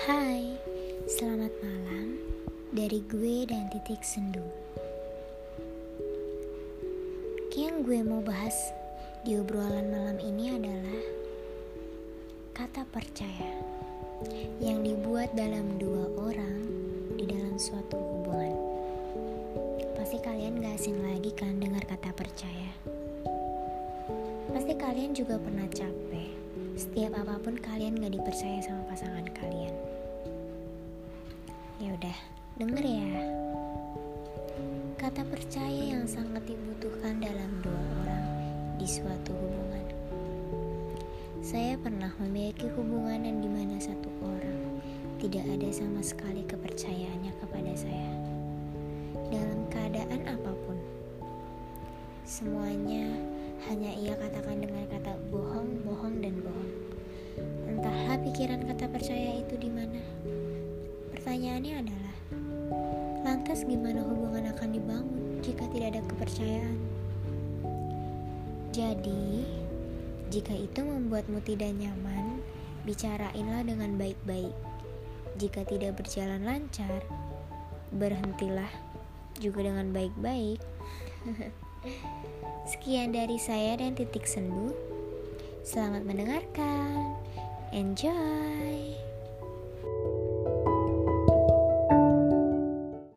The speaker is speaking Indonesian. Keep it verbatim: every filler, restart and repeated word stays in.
Hai, selamat malam dari gue dan titik sendu. Yang gue mau bahas di obrolan malam ini adalah kata percaya yang dibuat dalam dua orang di dalam suatu hubungan. Pasti kalian gak asing lagi kan dengar kata percaya. Pasti kalian juga pernah capek setiap apapun kalian gak dipercaya sama pasangan kalian. Ya udah, denger ya. Kata percaya yang sangat dibutuhkan dalam dua orang di suatu hubungan. Saya pernah memiliki hubungan yang dimana satu orang tidak ada sama sekali kepercayaannya kepada saya. Dalam keadaan apapun, semuanya hanya ia katakan dengan kata bohong, bohong, dan bohong. Entahlah pikiran kata percaya itu di mana. Pertanyaannya adalah, lantas gimana hubungan akan dibangun jika tidak ada kepercayaan? Jadi, jika itu membuatmu tidak nyaman, bicarainlah dengan baik-baik. Jika tidak berjalan lancar, berhentilah juga dengan baik-baik. Sekian dari saya dan titik sendu. Selamat mendengarkan. Enjoy.